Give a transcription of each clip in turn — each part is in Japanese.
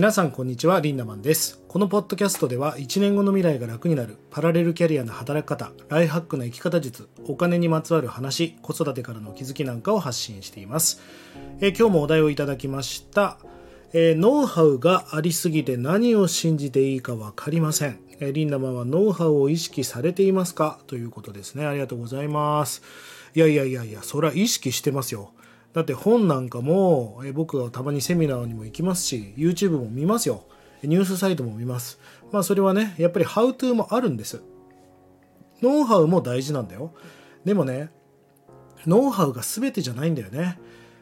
皆さんこんにちは、リンダマンです。このポッドキャストでは1年後の未来が楽になるパラレルキャリアの働き方、ライフハックの生き方術、お金にまつわる話、子育てからの気づきなんかを発信しています。今日もお題をいただきました。ノウハウがありすぎて何を信じていいか分かりません。リンダマンはノウハウを意識されていますかということですね。ありがとうございます。いや、それは意識してますよ。だって本なんかも僕がたまにセミナーにも行きますし、 YouTube も見ますよ。ニュースサイトも見ます。それはね、やっぱりハウトゥーもあるんです。ノウハウも大事なんだよ。でもね、ノウハウが全てじゃないんだよね。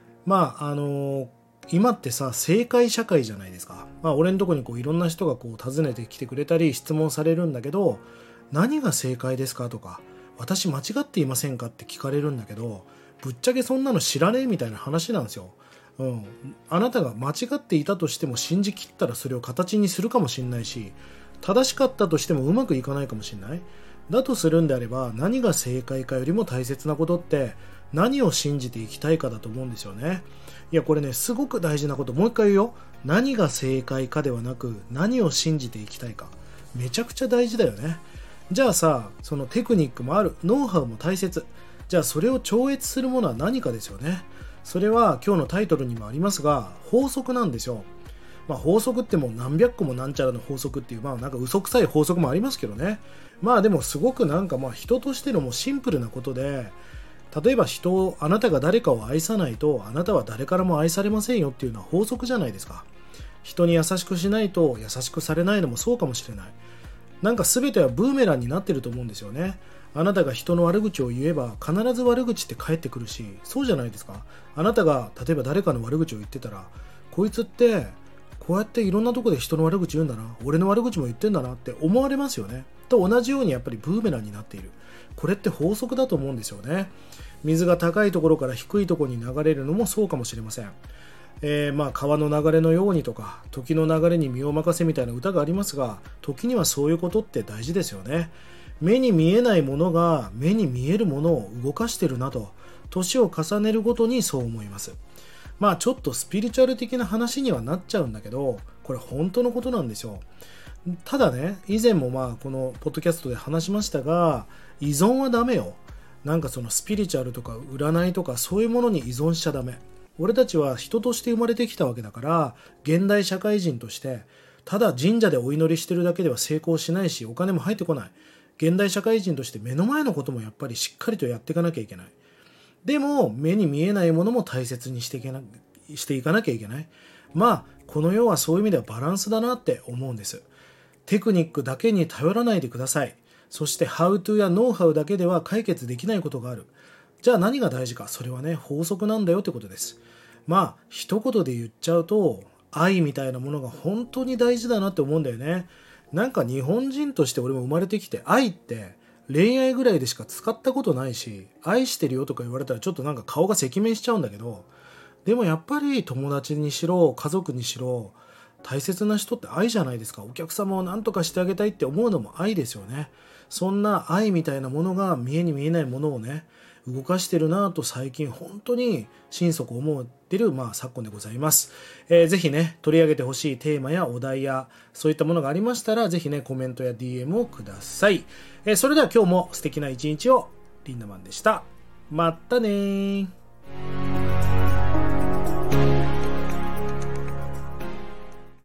今ってさ、正解社会じゃないですか。俺のとこにいろんな人が訪ねてきてくれたり質問されるんだけど、何が正解ですかとか、私間違っていませんかって聞かれるんだけど、ぶっちゃけそんなの知らねえみたいな話なんですよ。あなたが間違っていたとしても信じきったらそれを形にするかもしれないし、正しかったとしてもうまくいかないかもしれない。だとするんであれば、何が正解かよりも大切なことって何を信じていきたいかだと思うんですよね。いや、これね、すごく大事なこと。もう一回言うよ。何が正解かではなく、何を信じていきたいか。めちゃくちゃ大事だよね。じゃあさ、そのテクニックもある、ノウハウも大切。じゃあそれを超越するものは何かですよね。それは今日のタイトルにもありますが、法則なんですよ。法則ってもう何百個もなんちゃらの法則っていう、なんか嘘くさい法則もありますけどね。でもすごくなんか人としてのもうシンプルなことで、例えばあなたが誰かを愛さないとあなたは誰からも愛されませんよっていうのは法則じゃないですか。人に優しくしないと優しくされないのもそうかもしれない。なんか全てはブーメランになってると思うんですよね。あなたが人の悪口を言えば必ず悪口って返ってくるし、そうじゃないですか。あなたが例えば誰かの悪口を言ってたら、こいつってこうやっていろんなとこで人の悪口言うんだな、俺の悪口も言ってんだなって思われますよね。と同じようにやっぱりブーメランになっている。これって法則だと思うんですよね。水が高いところから低いところに流れるのもそうかもしれません。川の流れのようにとか、時の流れに身を任せみたいな歌がありますが、時にはそういうことって大事ですよね。目に見えないものが目に見えるものを動かしてるなと、年を重ねるごとにそう思います。ちょっとスピリチュアル的な話にはなっちゃうんだけど、これ本当のことなんですよ。ただね、以前もこのポッドキャストで話しましたが、依存はダメよ。なんかそのスピリチュアルとか占いとかそういうものに依存しちゃダメ。俺たちは人として生まれてきたわけだから、現代社会人としてただ神社でお祈りしてるだけでは成功しないし、お金も入ってこない。現代社会人として目の前のこともやっぱりしっかりとやっていかなきゃいけない。でも目に見えないものも大切にしていかなきゃいけない。この世はそういう意味ではバランスだなって思うんです。テクニックだけに頼らないでください。そしてハウトゥーやノウハウだけでは解決できないことがある。じゃあ何が大事か。それはね、法則なんだよってことです。一言で言っちゃうと、愛みたいなものが本当に大事だなって思うんだよね。なんか日本人として俺も生まれてきて、愛って恋愛ぐらいでしか使ったことないし、愛してるよとか言われたらちょっとなんか顔が赤面しちゃうんだけど、でもやっぱり友達にしろ家族にしろ大切な人って愛じゃないですか。お客様を何とかしてあげたいって思うのも愛ですよね。そんな愛みたいなものが見えに見えないものをね、動かしてるなぁと最近本当に心底思ってる昨今でございます。ぜひね、取り上げてほしいテーマやお題やそういったものがありましたら、ぜひね、コメントや DM をください。それでは今日も素敵な一日を。リンダマンでした。またねー。